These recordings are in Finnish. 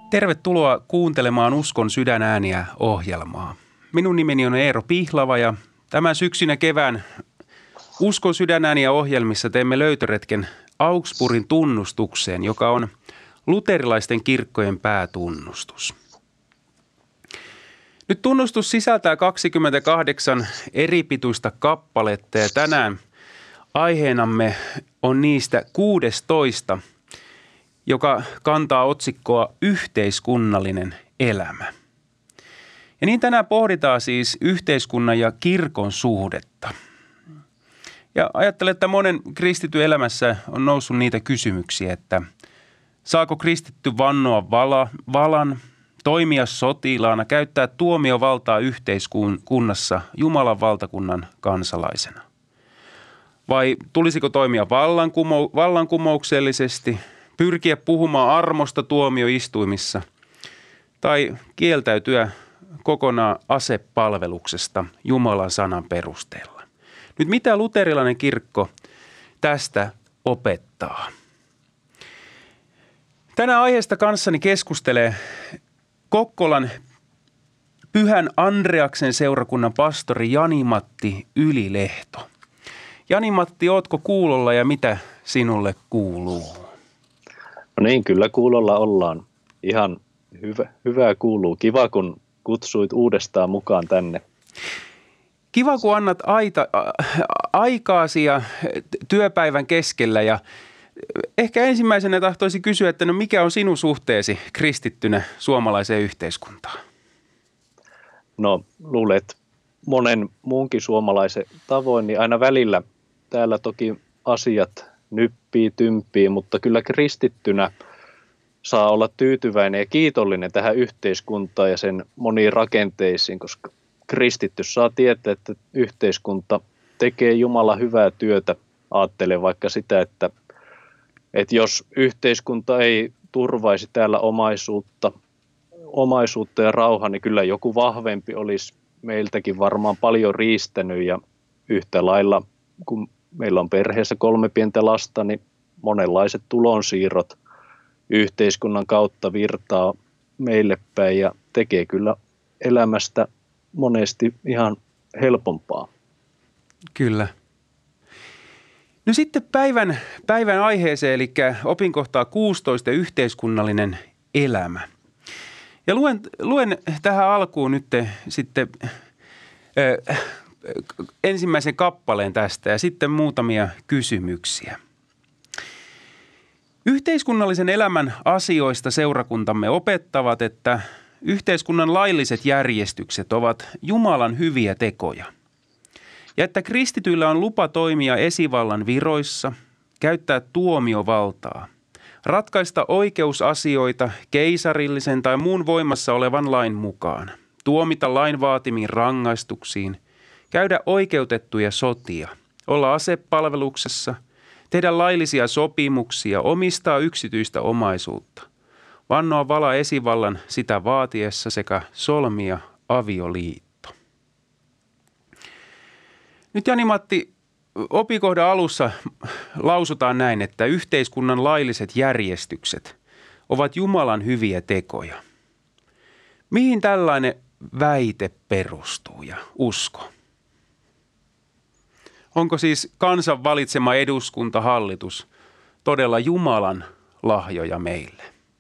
Tervetuloa kuuntelemaan Uskon sydänääniä -ohjelmaa. Minun nimeni on Eero Pihlava ja tämän syksyn ja kevään Uskon sydänääniä -ohjelmissa teemme löytöretken Augsburgin tunnustukseen, joka on luterilaisten kirkkojen päätunnustus. Nyt tunnustus sisältää 28 eripituista kappaletta ja tänään aiheenamme on niistä 16, joka kantaa otsikkoa Yhteiskunnallinen elämä. Ja niin tänään pohditaan siis yhteiskunnan ja kirkon suhdetta. Ja ajattelen, että monen kristityn elämässä on noussut niitä kysymyksiä, että saako kristitty vannoa valan, toimia sotilaana, käyttää tuomiovaltaa yhteiskunnassa Jumalan valtakunnan kansalaisena? Vai tulisiko toimia vallankumouksellisesti, pyrkiä puhumaan armosta tuomioistuimissa tai kieltäytyä kokonaan asepalveluksesta Jumalan sanan perusteella? Nyt mitä luterilainen kirkko tästä opettaa? Tänään aiheesta kanssani keskustelee Kokkolan Pyhän Andreaksen seurakunnan pastori Jani-Matti Ylilehto. Jani-Matti, ootko kuulolla ja mitä sinulle kuuluu? No niin, kyllä kuulolla ollaan. Ihan hyvää kuuluu. Kiva, kun kutsuit uudestaan mukaan tänne. Kiva, kun annat aikaasi ja työpäivän keskellä. Ja ehkä ensimmäisenä tahtoisin kysyä, että no mikä on sinun suhteesi kristittynä suomalaiseen yhteiskuntaan? No luulet monen muunkin suomalaisen tavoin, niin aina välillä täällä toki asiat tympii, mutta kyllä kristittynä saa olla tyytyväinen ja kiitollinen tähän yhteiskuntaan ja sen moniin rakenteisiin, koska kristitty saa tietää, että yhteiskunta tekee Jumala hyvää työtä. Ajattelen vaikka sitä, että jos yhteiskunta ei turvaisi täällä omaisuutta ja rauhaa, niin kyllä joku vahvempi olisi meiltäkin varmaan paljon riistänyt ja yhtä lailla, kun meillä on perheessä 3 pientä lasta, niin monenlaiset tulonsiirrot yhteiskunnan kautta virtaa meille päin ja tekee kyllä elämästä monesti ihan helpompaa. Kyllä. No sitten päivän aiheeseen, eli opinkohtaa 16, yhteiskunnallinen elämä. Ja luen tähän alkuun nyt sitten ensimmäisen kappaleen tästä ja sitten muutamia kysymyksiä. Yhteiskunnallisen elämän asioista seurakuntamme opettavat, että yhteiskunnan lailliset järjestykset ovat Jumalan hyviä tekoja. Ja että kristityillä on lupa toimia esivallan viroissa, käyttää tuomiovaltaa, ratkaista oikeusasioita keisarillisen tai muun voimassa olevan lain mukaan, tuomita lain vaatimiin rangaistuksiin, käydä oikeutettuja sotia, olla asepalveluksessa, tehdä laillisia sopimuksia, omistaa yksityistä omaisuutta, vannoa vala esivallan sitä vaatiessa sekä solmia avioliitto. Nyt Jani-Matti, opikohdan alussa lausutaan näin, että yhteiskunnan lailliset järjestykset ovat Jumalan hyviä tekoja. Mihin tällainen väite perustuu ja usko? Onko siis kansan valitsema eduskuntahallitus todella Jumalan lahjoja meille?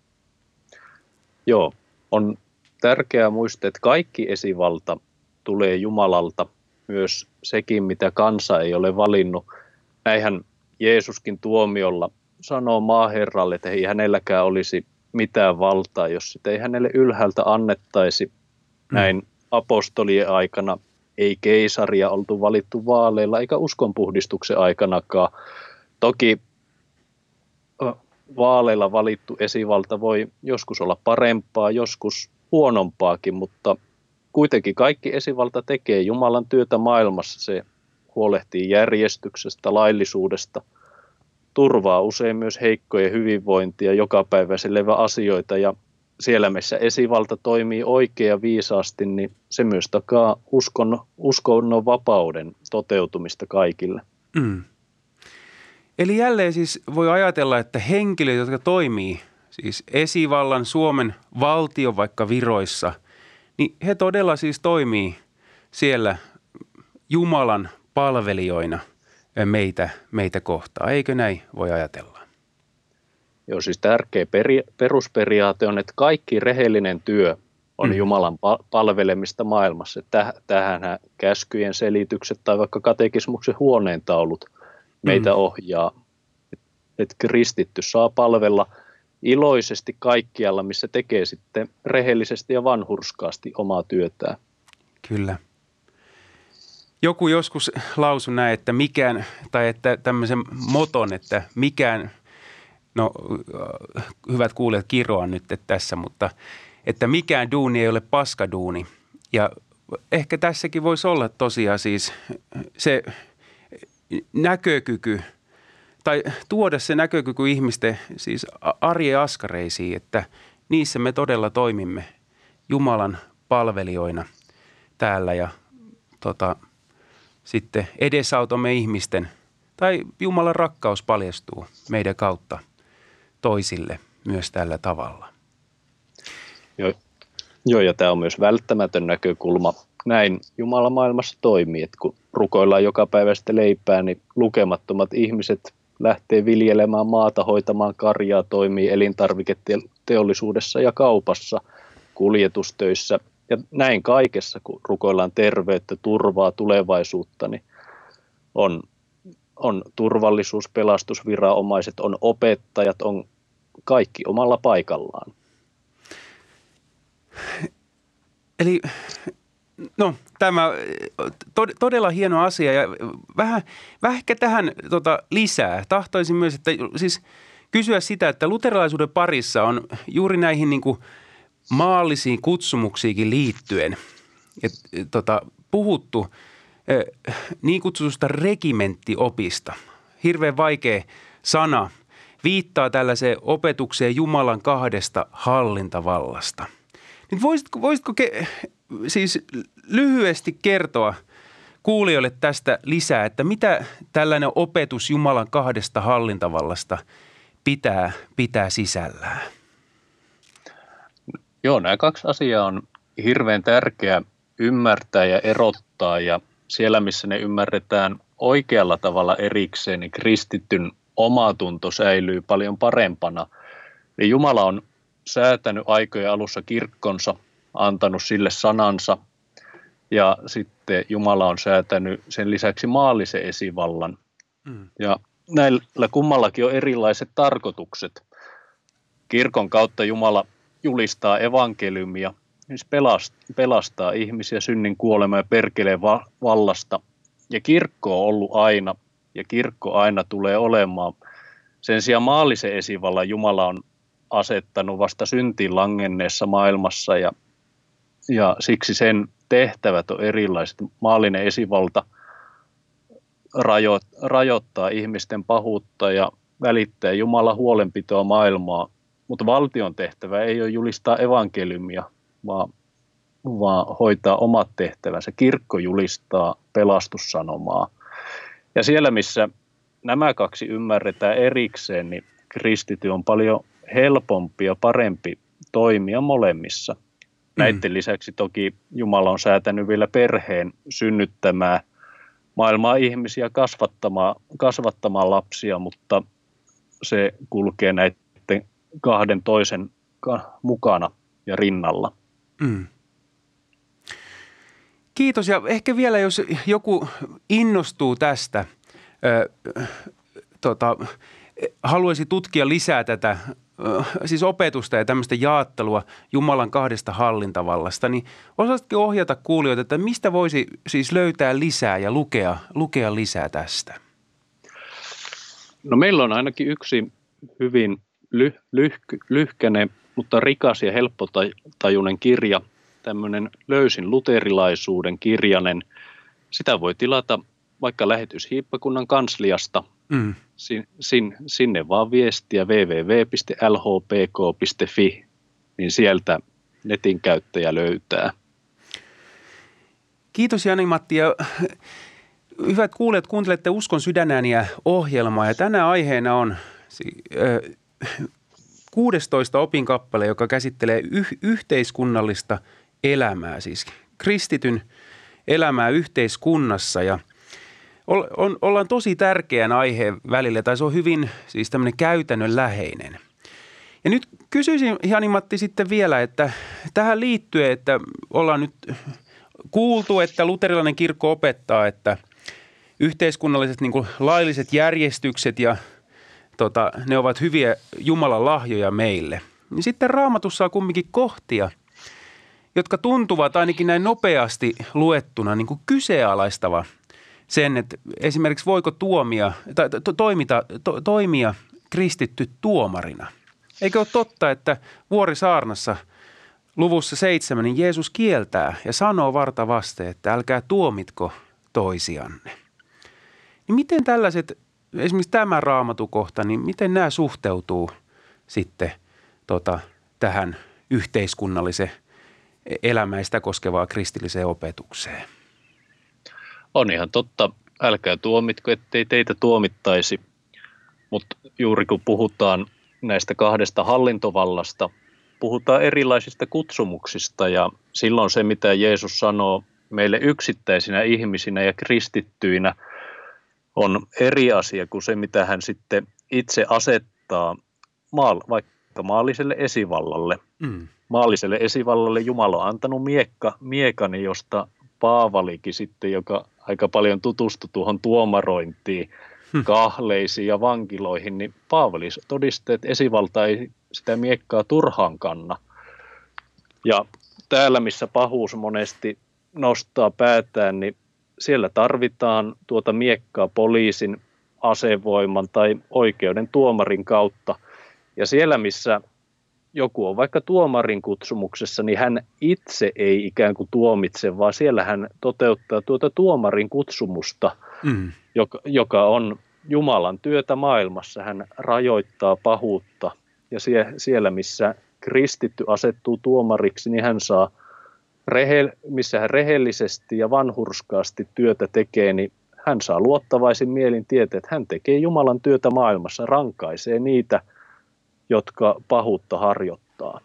Joo, on tärkeää muistaa, että kaikki esivalta tulee Jumalalta, myös sekin, mitä kansa ei ole valinnut. Näinhän Jeesuskin tuomiolla sanoo maaherralle, että ei hänelläkään olisi mitään valtaa, jos sitä ei hänelle ylhäältä annettaisi. Näin apostolien aikana ei keisaria oltu valittu vaaleilla eikä uskonpuhdistuksen aikanakaan. Toki vaaleilla valittu esivalta voi joskus olla parempaa, joskus huonompaakin, mutta kuitenkin kaikki esivalta tekee Jumalan työtä maailmassa. Se huolehtii järjestyksestä, laillisuudesta, turvaa usein myös heikkojen hyvinvointia, jokapäiväiselle asioita ja siellä missä esivalta toimii oikein ja viisaasti, niin se myös takaa uskonnon vapauden toteutumista kaikille. Eli jälleen siis voi ajatella, että henkilöt, jotka toimii siis esivallan Suomen valtion vaikka viroissa, niin he todella siis toimii siellä Jumalan palvelijoina meitä kohtaan. Eikö näin voi ajatella? Joo, siis tärkeä perusperiaate on, että kaikki rehellinen työ on Jumalan palvelemista maailmassa. Tähän käskyjen selitykset tai vaikka katekismuksen huoneentaulut meitä ohjaa. Että kristitty saa palvella iloisesti kaikkialla, missä tekee sitten rehellisesti ja vanhurskaasti omaa työtään. Kyllä. Joku joskus lausui näin, että mikään, tai että tämmöisen moton, että mikään, no hyvät kuulijat, kiroan nyt tässä, mutta että mikään duuni ei ole paskaduuni. Ja ehkä tässäkin voisi olla tosiaan siis se näkökyky, tai tuoda se näkökyky ihmisten siis arjen askareisiin, että niissä me todella toimimme Jumalan palvelijoina täällä ja sitten edesautamme ihmisten, tai Jumalan rakkaus paljastuu meidän kautta toisille myös tällä tavalla. Joo, ja tämä on myös välttämätön näkökulma. Näin Jumala maailmassa toimii, että kun rukoillaan joka päivä sitä leipää, niin lukemattomat ihmiset lähtee viljelemään maata, hoitamaan karjaa, toimii elintarviketeollisuudessa ja kaupassa, kuljetustöissä. Ja näin kaikessa, kun rukoillaan terveyttä, turvaa, tulevaisuutta, niin on turvallisuus, pelastusviranomaiset, on opettajat, on kaikki omalla paikallaan. Eli no tämä todella hieno asia ja vähän ehkä tähän lisää. Tahtoisin myös, että siis kysyä sitä, että luterilaisuuden parissa on juuri näihin niin kuin maallisiin kutsumuksiinkin liittyen puhuttu niin kutsutusta regimenttiopista. Hirveän vaikea sana. Viittaa tällaiseen opetukseen Jumalan kahdesta hallintavallasta. Nyt voisitko siis lyhyesti kertoa kuulijoille tästä lisää, että mitä tällainen opetus Jumalan kahdesta hallintavallasta pitää sisällään? Joo, nämä kaksi asiaa on hirveän tärkeää ymmärtää ja erottaa, ja siellä missä ne ymmärretään oikealla tavalla erikseen, niin kristityn omatunto säilyy paljon parempana. Eli Jumala on säätänyt aikojen alussa kirkkonsa, antanut sille sanansa, ja sitten Jumala on säätänyt sen lisäksi maallisen esivallan. Ja näillä kummallakin on erilaiset tarkoitukset. Kirkon kautta Jumala julistaa evankeliumia, siis pelastaa ihmisiä synnin, kuoleman ja perkeleen vallasta. Ja kirkko on ollut aina, ja kirkko aina tulee olemaan. Sen sijaan maallisen esivallan Jumala on asettanut vasta syntiin langenneessa maailmassa, ja siksi sen tehtävät on erilaiset. Maallinen esivalta rajoittaa ihmisten pahuutta ja välittää Jumalan huolenpitoa maailmaa, mutta valtion tehtävä ei ole julistaa evankeliumia, vaan hoitaa omat tehtävänsä. Kirkko julistaa pelastussanomaa. Ja siellä, missä nämä kaksi ymmärretään erikseen, niin kristity on paljon helpompi ja parempi toimia molemmissa. Näiden lisäksi toki Jumala on säätänyt vielä perheen synnyttämään maailmaa ihmisiä, kasvattamaan lapsia, mutta se kulkee näiden kahden toisen mukana ja rinnalla. Kiitos, ja ehkä vielä jos joku innostuu tästä, haluaisi tutkia lisää tätä siis opetusta ja tämmöistä jaottelua Jumalan kahdesta hallintavallasta, niin osaatko ohjata kuulijoita, että mistä voisi siis löytää lisää ja lukea lisää tästä? No meillä on ainakin yksi hyvin lyhkäinen, mutta rikas ja helppotajuinen kirja, tämmöinen Löysin luterilaisuuden kirjanen. Sitä voi tilata vaikka lähetyshiippakunnan kansliasta. Sinne vaan viestiä www.lhpk.fi, niin sieltä netin käyttäjä löytää. Kiitos Jani-Matti, ja hyvät kuulijat, kuuntelette Uskon sydänääniä -ohjelmaa, ja tänä aiheena on 16 opinkappale, joka käsittelee yhteiskunnallista elämää, siis kristityn elämää yhteiskunnassa. Ja ollaan tosi tärkeän aiheen välillä, tai se on hyvin siis tämmöinen käytännönläheinen. Ja nyt kysyisin, Jani-Matti, sitten vielä, että tähän liittyen, että ollaan nyt kuultu, että luterilainen kirkko opettaa, että yhteiskunnalliset niin kuin lailliset järjestykset ja ne ovat hyviä Jumalan lahjoja meille. Niin sitten Raamatussa on kumminkin kohtia, jotka tuntuvat ainakin näin nopeasti luettuna niin kuin kyseenalaistava sen, että esimerkiksi voiko toimia kristitty tuomarina. Eikö ole totta, että Vuorisaarnassa luvussa 7 niin Jeesus kieltää ja sanoo varta vasten, että älkää tuomitko toisianne. Niin miten tällaiset, esimerkiksi tämä raamatukohta, niin miten nämä suhteutuu sitten tähän yhteiskunnalliseen elämäistä koskevaan kristilliseen opetukseen? On ihan totta, älkää tuomitko, ettei teitä tuomittaisi, mutta juuri kun puhutaan näistä kahdesta hallintovallasta, puhutaan erilaisista kutsumuksista ja silloin se, mitä Jeesus sanoo meille yksittäisinä ihmisinä ja kristittyinä, on eri asia kuin se, mitä hän sitten itse asettaa vaikka maalliselle esivallalle. Maalliselle esivallalle Jumala on antanut miekani, josta Paavalikin sitten, joka aika paljon tutustui tuohon tuomarointiin, kahleisiin ja vankiloihin, niin Paavali todisti, että esivalta ei sitä miekkaa turhaan kanna. Ja täällä, missä pahuus monesti nostaa päätään, niin siellä tarvitaan tuota miekkaa poliisin, asevoiman tai oikeuden tuomarin kautta. Ja siellä, missä joku on vaikka tuomarin kutsumuksessa, niin hän itse ei ikään kuin tuomitse, vaan siellä hän toteuttaa tuota tuomarin kutsumusta, joka on Jumalan työtä maailmassa. Hän rajoittaa pahuutta ja siellä, missä kristitty asettuu tuomariksi, niin hän saa, missä hän rehellisesti ja vanhurskaasti työtä tekee, niin hän saa luottavaisin mielin tietää, että hän tekee Jumalan työtä maailmassa, rankaisee niitä, jotka pahuutta harjoittaa.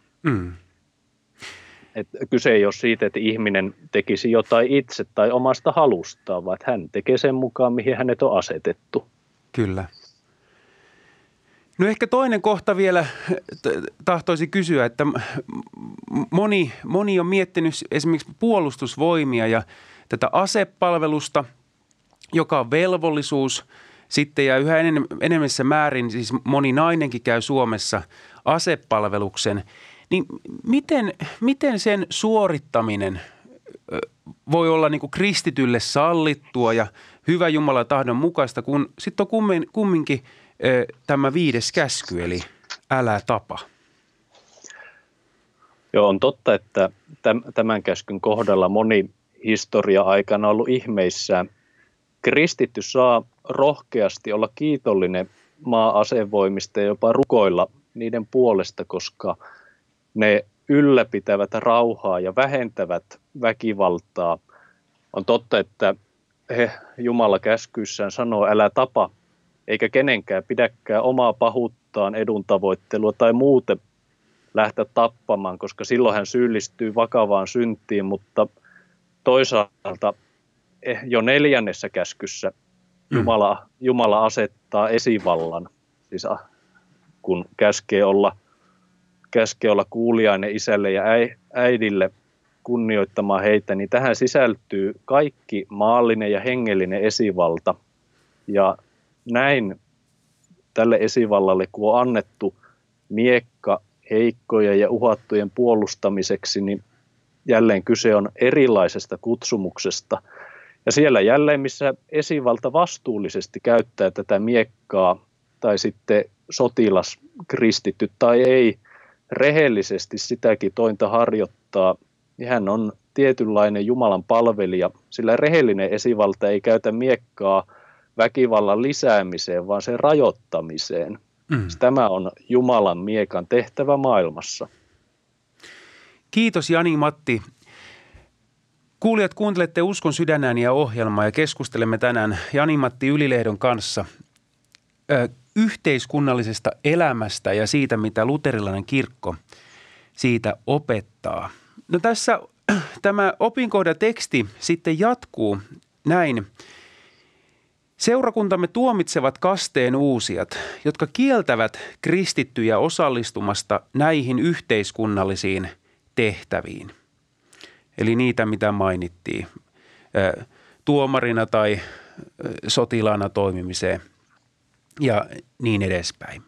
Et kyse ei ole siitä, että ihminen tekisi jotain itse tai omasta halustaan, vaan että hän tekee sen mukaan, mihin hänet on asetettu. Kyllä. No ehkä toinen kohta vielä tahtoisi kysyä, että moni on miettinyt esimerkiksi puolustusvoimia ja tätä asepalvelusta, joka on velvollisuus sitten ja yhä enemmässä määrin, siis moni nainenkin käy Suomessa asepalveluksen, niin miten sen suorittaminen voi olla niin kuin kristitylle sallittua ja hyvä Jumalan tahdon mukaista, kun sitten on kumminkin tämä 5. käsky, eli älä tapa. Joo, on totta, että tämän käskyn kohdalla moni historia-aikana on ollut ihmeissään. Kristitty saa rohkeasti olla kiitollinen maa-asevoimista ja jopa rukoilla niiden puolesta, koska ne ylläpitävät rauhaa ja vähentävät väkivaltaa. On totta, että Jumala käskyissään sanoo, älä tapa, eikä kenenkään pidäkään omaa pahuuttaan, edun tavoittelua tai muuten lähteä tappamaan, koska silloin hän syyllistyy vakavaan syntiin, mutta toisaalta jo 4. käskyssä Jumala asettaa esivallan, siis kun käskee olla kuuliainen isälle ja äidille kunnioittamaan heitä, niin tähän sisältyy kaikki maallinen ja hengellinen esivalta. Ja näin tälle esivallalle, kun on annettu miekka heikkojen ja uhattujen puolustamiseksi, niin jälleen kyse on erilaisesta kutsumuksesta. Ja siellä jälleen, missä esivalta vastuullisesti käyttää tätä miekkaa, tai sitten sotilas, kristitty tai ei, rehellisesti sitäkin tointa harjoittaa, niin hän on tietynlainen Jumalan palvelija, sillä rehellinen esivalta ei käytä miekkaa väkivallan lisäämiseen, vaan sen rajoittamiseen. Tämä on Jumalan miekan tehtävä maailmassa. Kiitos Jani-Matti. Kuulijat, kuuntelette Uskon sydänääniä -ohjelmaa ja keskustelemme tänään Jani-Matti Ylilehdon kanssa yhteiskunnallisesta elämästä ja siitä, mitä luterilainen kirkko siitä opettaa. No tässä tämä opinkohdateksti sitten jatkuu näin. Seurakuntamme tuomitsevat kasteen uusijat, jotka kieltävät kristittyjä osallistumasta näihin yhteiskunnallisiin tehtäviin. Eli niitä, mitä mainittiin, tuomarina tai sotilaana toimimiseen ja niin edespäin.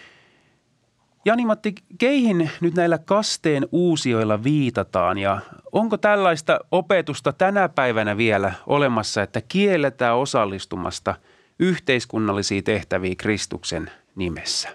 Jani-Matti, keihin nyt näillä kasteen uusijoilla viitataan ja onko tällaista opetusta tänä päivänä vielä olemassa, että kielletään osallistumasta yhteiskunnallisiin tehtäviin Kristuksen nimessä?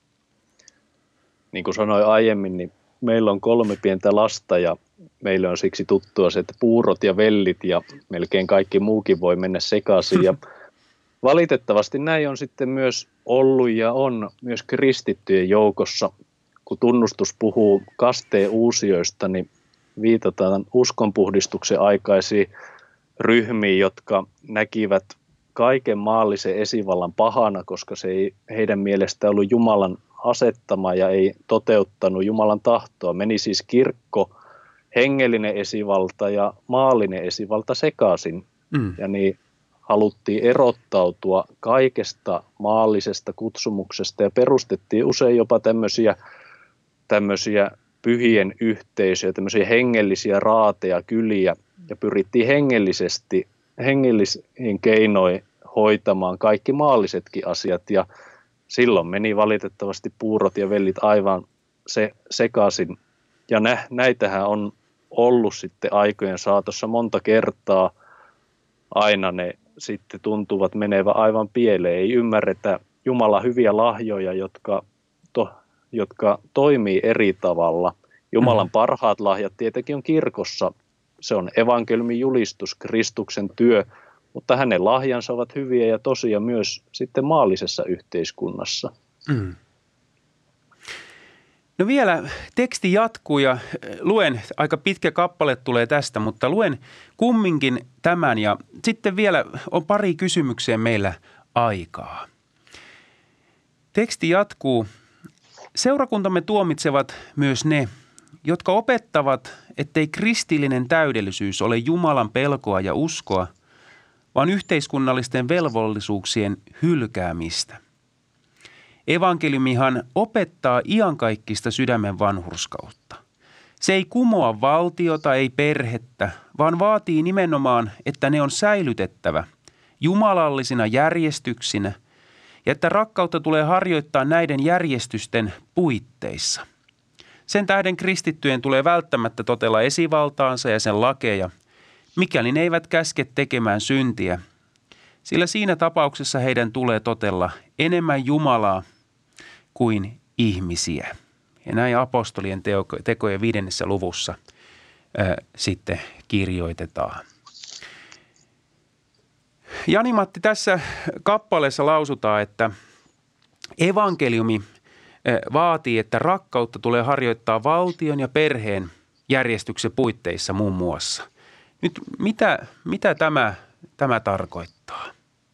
Niin kuin sanoin aiemmin, niin meillä on 3 pientä lasta ja meille on siksi tuttua se, että puurot ja vellit ja melkein kaikki muukin voi mennä sekaisin. Ja valitettavasti näin on sitten myös ollut ja on myös kristittyjen joukossa. Kun tunnustus puhuu kasteen uusijoista, niin viitataan uskonpuhdistuksen aikaisiin ryhmiin, jotka näkivät kaiken maallisen esivallan pahana, koska se ei heidän mielestään ollut Jumalan asettama ja ei toteuttanut Jumalan tahtoa. Meni siis kirkko, hengellinen esivalta ja maallinen esivalta sekaisin. Ja niin haluttiin erottautua kaikesta maallisesta kutsumuksesta ja perustettiin usein jopa tämmöisiä pyhien yhteisöjä, tämmöisiä hengellisiä raateja, kyliä ja pyrittiin hengellisin keinoin hoitamaan kaikki maallisetkin asiat ja silloin meni valitettavasti puurot ja vellit aivan sekaisin ja näitähän on ollut sitten aikojen saatossa monta kertaa. Aina ne sitten tuntuvat menevän aivan pieleen. Ei ymmärretä Jumalan hyviä lahjoja, jotka toimii eri tavalla. Jumalan parhaat lahjat tietenkin on kirkossa. Se on evankeliumin julistus, Kristuksen työ, mutta hänen lahjansa ovat hyviä ja tosia myös sitten maallisessa yhteiskunnassa. No vielä teksti jatkuu ja luen, aika pitkä kappale tulee tästä, mutta luen kumminkin tämän ja sitten vielä on pari kysymykseen meillä aikaa. Teksti jatkuu. Seurakuntamme tuomitsevat myös ne, jotka opettavat, ettei kristillinen täydellisyys ole Jumalan pelkoa ja uskoa, vaan yhteiskunnallisten velvollisuuksien hylkäämistä. Evankeliumihan opettaa iankaikkista sydämen vanhurskautta. Se ei kumoa valtiota, ei perhettä, vaan vaatii nimenomaan, että ne on säilytettävä jumalallisina järjestyksinä ja että rakkautta tulee harjoittaa näiden järjestysten puitteissa. Sen tähden kristittyjen tulee välttämättä totella esivaltaansa ja sen lakeja, mikäli ne eivät käske tekemään syntiä, sillä siinä tapauksessa heidän tulee totella enemmän Jumalaa kuin ihmisiä. Ja näin apostolien tekojen 5. luvussa sitten kirjoitetaan. Jani-Matti, tässä kappaleessa lausutaan, että evankeliumi vaatii, että rakkautta tulee harjoittaa valtion ja perheen järjestyksen puitteissa muun muassa. Nyt mitä tämä tarkoittaa?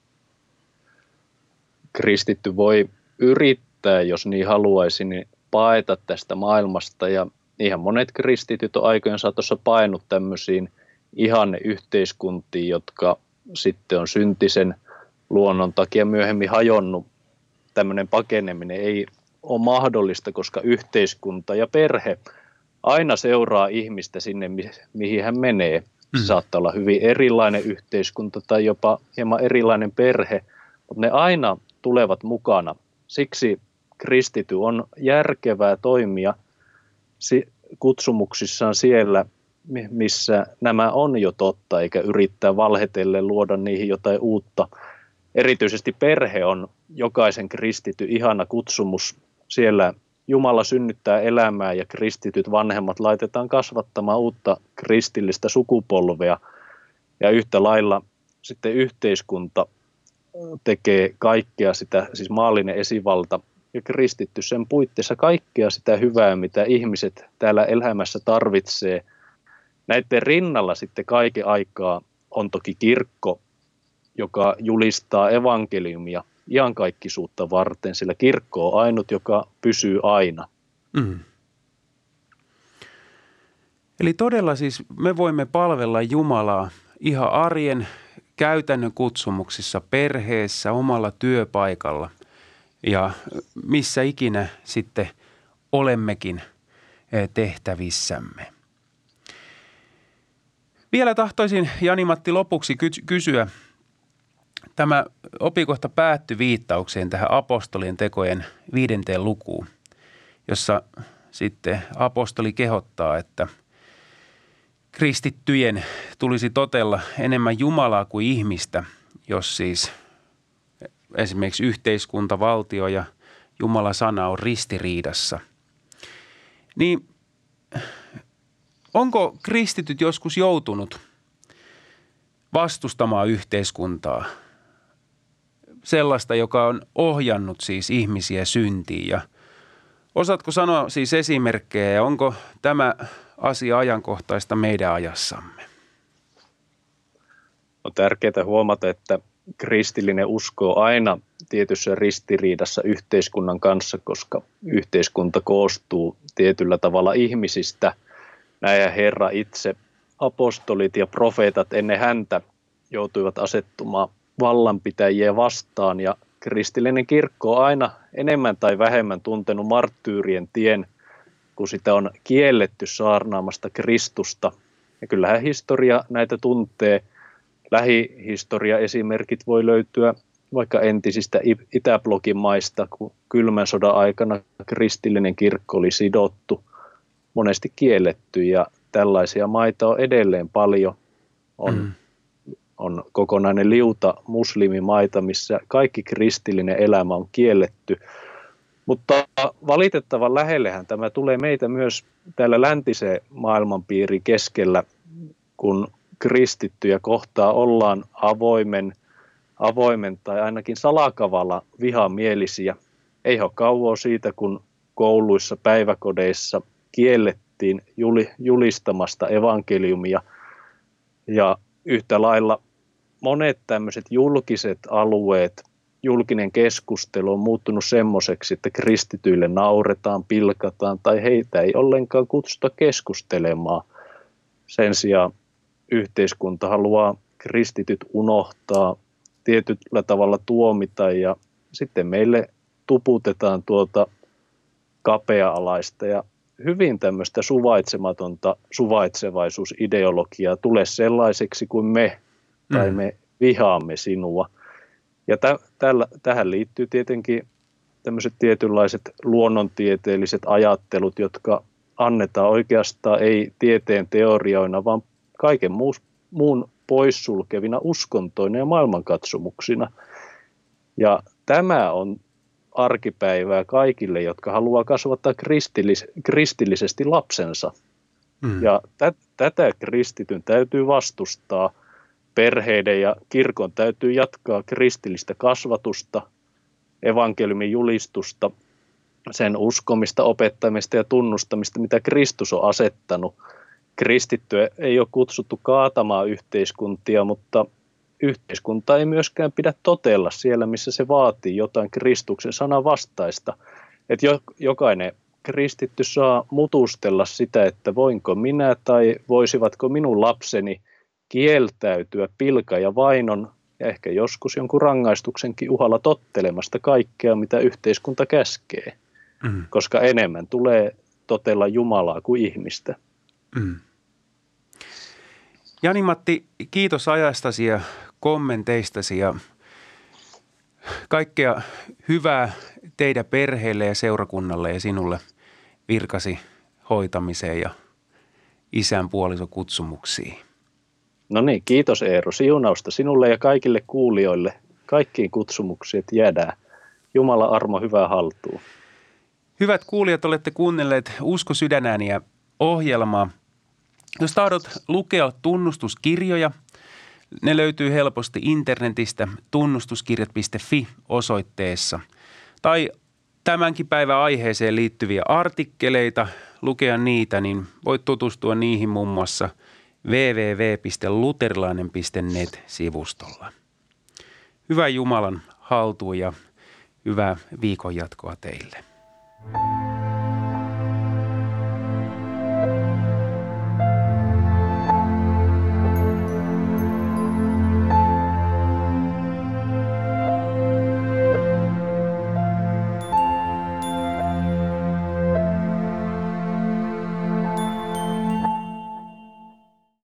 Kristitty voi yrittää, jos niin haluaisi, niin paeta tästä maailmasta ja ihan monet kristityt on aikojen saatossa painut tämmöisiin ihanneyhteiskuntiin, jotka sitten on syntisen luonnon takia myöhemmin hajonnut. Tämmöinen pakeneminen ei ole mahdollista, koska yhteiskunta ja perhe aina seuraa ihmistä sinne, mihin hän menee. Se saattaa olla hyvin erilainen yhteiskunta tai jopa hieman erilainen perhe, mutta ne aina tulevat mukana. Siksi kristity on järkevää toimia kutsumuksissaan siellä, missä nämä on jo totta, eikä yrittää valhetellen luoda niihin jotain uutta. Erityisesti perhe on jokaisen kristity ihana kutsumus. Siellä Jumala synnyttää elämää ja kristityt vanhemmat laitetaan kasvattamaan uutta kristillistä sukupolvea. Ja yhtä lailla sitten yhteiskunta tekee kaikkea sitä, siis maallinen esivalta ja kristitty sen puitteissa kaikkea sitä hyvää, mitä ihmiset täällä elämässä tarvitsee. Näiden rinnalla sitten kaiken aikaa on toki kirkko, joka julistaa evankeliumia iankaikkisuutta varten, sillä kirkko on ainut, joka pysyy aina. Mm. Eli todella siis me voimme palvella Jumalaa ihan arjen käytännön kutsumuksissa, perheessä, omalla työpaikalla ja missä ikinä sitten olemmekin tehtävissämme. Vielä tahtoisin, Jani-Matti, lopuksi kysyä. Tämä opikohta päättyi viittaukseen tähän apostolien tekojen 5. lukuun, jossa sitten apostoli kehottaa, että kristittyjen tulisi totella enemmän Jumalaa kuin ihmistä, jos siis esimerkiksi yhteiskunta, valtio ja Jumalan sana on ristiriidassa. Niin onko kristityt joskus joutunut vastustamaan yhteiskuntaa, sellaista, joka on ohjannut siis ihmisiä syntiin? Ja osaatko sanoa siis esimerkkejä ja onko tämä asia ajankohtaista meidän ajassamme? On tärkeää huomata, että kristillinen usko on aina tietyssä ristiriidassa yhteiskunnan kanssa, koska yhteiskunta koostuu tietyllä tavalla ihmisistä. Näin Herra itse, apostolit ja profeetat ennen häntä joutuivat asettumaan vallanpitäjiä vastaan, ja kristillinen kirkko on aina enemmän tai vähemmän tuntenut marttyyrien tien, kun sitä on kielletty saarnaamasta Kristusta. Ja kyllähän historia näitä tuntee. Lähihistoria-esimerkit voi löytyä vaikka entisistä Itäblokin maista, kun kylmän sodan aikana kristillinen kirkko oli sidottu, monesti kielletty, ja tällaisia maita on edelleen paljon. On kokonainen liuta muslimimaita, missä kaikki kristillinen elämä on kielletty. Mutta valitettavan lähellehän tämä tulee meitä myös täällä läntisen maailmanpiirin keskellä, kun kristittyjä kohtaa ollaan avoimen tai ainakin salakavalla vihamielisiä. Ei ole kauaa siitä, kun kouluissa, päiväkodeissa kiellettiin julistamasta evankeliumia, ja yhtä lailla monet tämmöiset julkiset alueet, julkinen keskustelu on muuttunut semmoiseksi, että kristityille nauretaan, pilkataan tai heitä ei ollenkaan kutsuta keskustelemaan. Sen sijaan yhteiskunta haluaa kristityt unohtaa, tietyllä tavalla tuomita, ja sitten meille tuputetaan tuota kapea-alaista ja hyvin tämmöistä suvaitsematonta suvaitsevaisuusideologiaa, tule sellaiseksi kuin me tai me vihaamme sinua. Ja tähän liittyy tietenkin tämmöiset tietynlaiset luonnontieteelliset ajattelut, jotka annetaan oikeastaan ei tieteen teorioina, vaan kaiken muun poissulkevina uskontoina ja maailmankatsomuksina. Ja tämä on arkipäivää kaikille, jotka haluaa kasvattaa kristillisesti lapsensa. Ja tätä kristityn täytyy vastustaa. Perheiden ja kirkon täytyy jatkaa kristillistä kasvatusta, evankeliumin julistusta, sen uskomista, opettamista ja tunnustamista, mitä Kristus on asettanut. Kristittyä ei ole kutsuttu kaatamaan yhteiskuntia, mutta yhteiskunta ei myöskään pidä totella siellä, missä se vaatii jotain Kristuksen sanan vastaista. Että jokainen kristitty saa mutustella sitä, että voinko minä tai voisivatko minun lapseni kieltäytyä pilka ja vainon ja ehkä joskus jonkun rangaistuksenkin uhalla tottelemasta kaikkea, mitä yhteiskunta käskee, koska enemmän tulee totella Jumalaa kuin ihmistä. Jani-Matti, kiitos ajastasi ja kommenteistasi ja kaikkea hyvää teidän perheelle ja seurakunnalle ja sinulle virkasi hoitamiseen ja isän puolisokutsumuksiin. No niin, kiitos Eero. Siunausta sinulle ja kaikille kuulijoille. Kaikkiin kutsumuksiin jäädään. Jumala armo hyvää haltuun. Hyvät kuulijat, olette kuunnelleet Usko sydänääniä -ohjelmaa. Jos tahdot lukea tunnustuskirjoja, ne löytyy helposti internetistä tunnustuskirjat.fi osoitteessa. Tai tämänkin päivän aiheeseen liittyviä artikkeleita, lukea niitä, niin voit tutustua niihin muun muassa www.luterilainen.net-sivustolla. Hyvää Jumalan haltuun ja hyvää viikon jatkoa teille.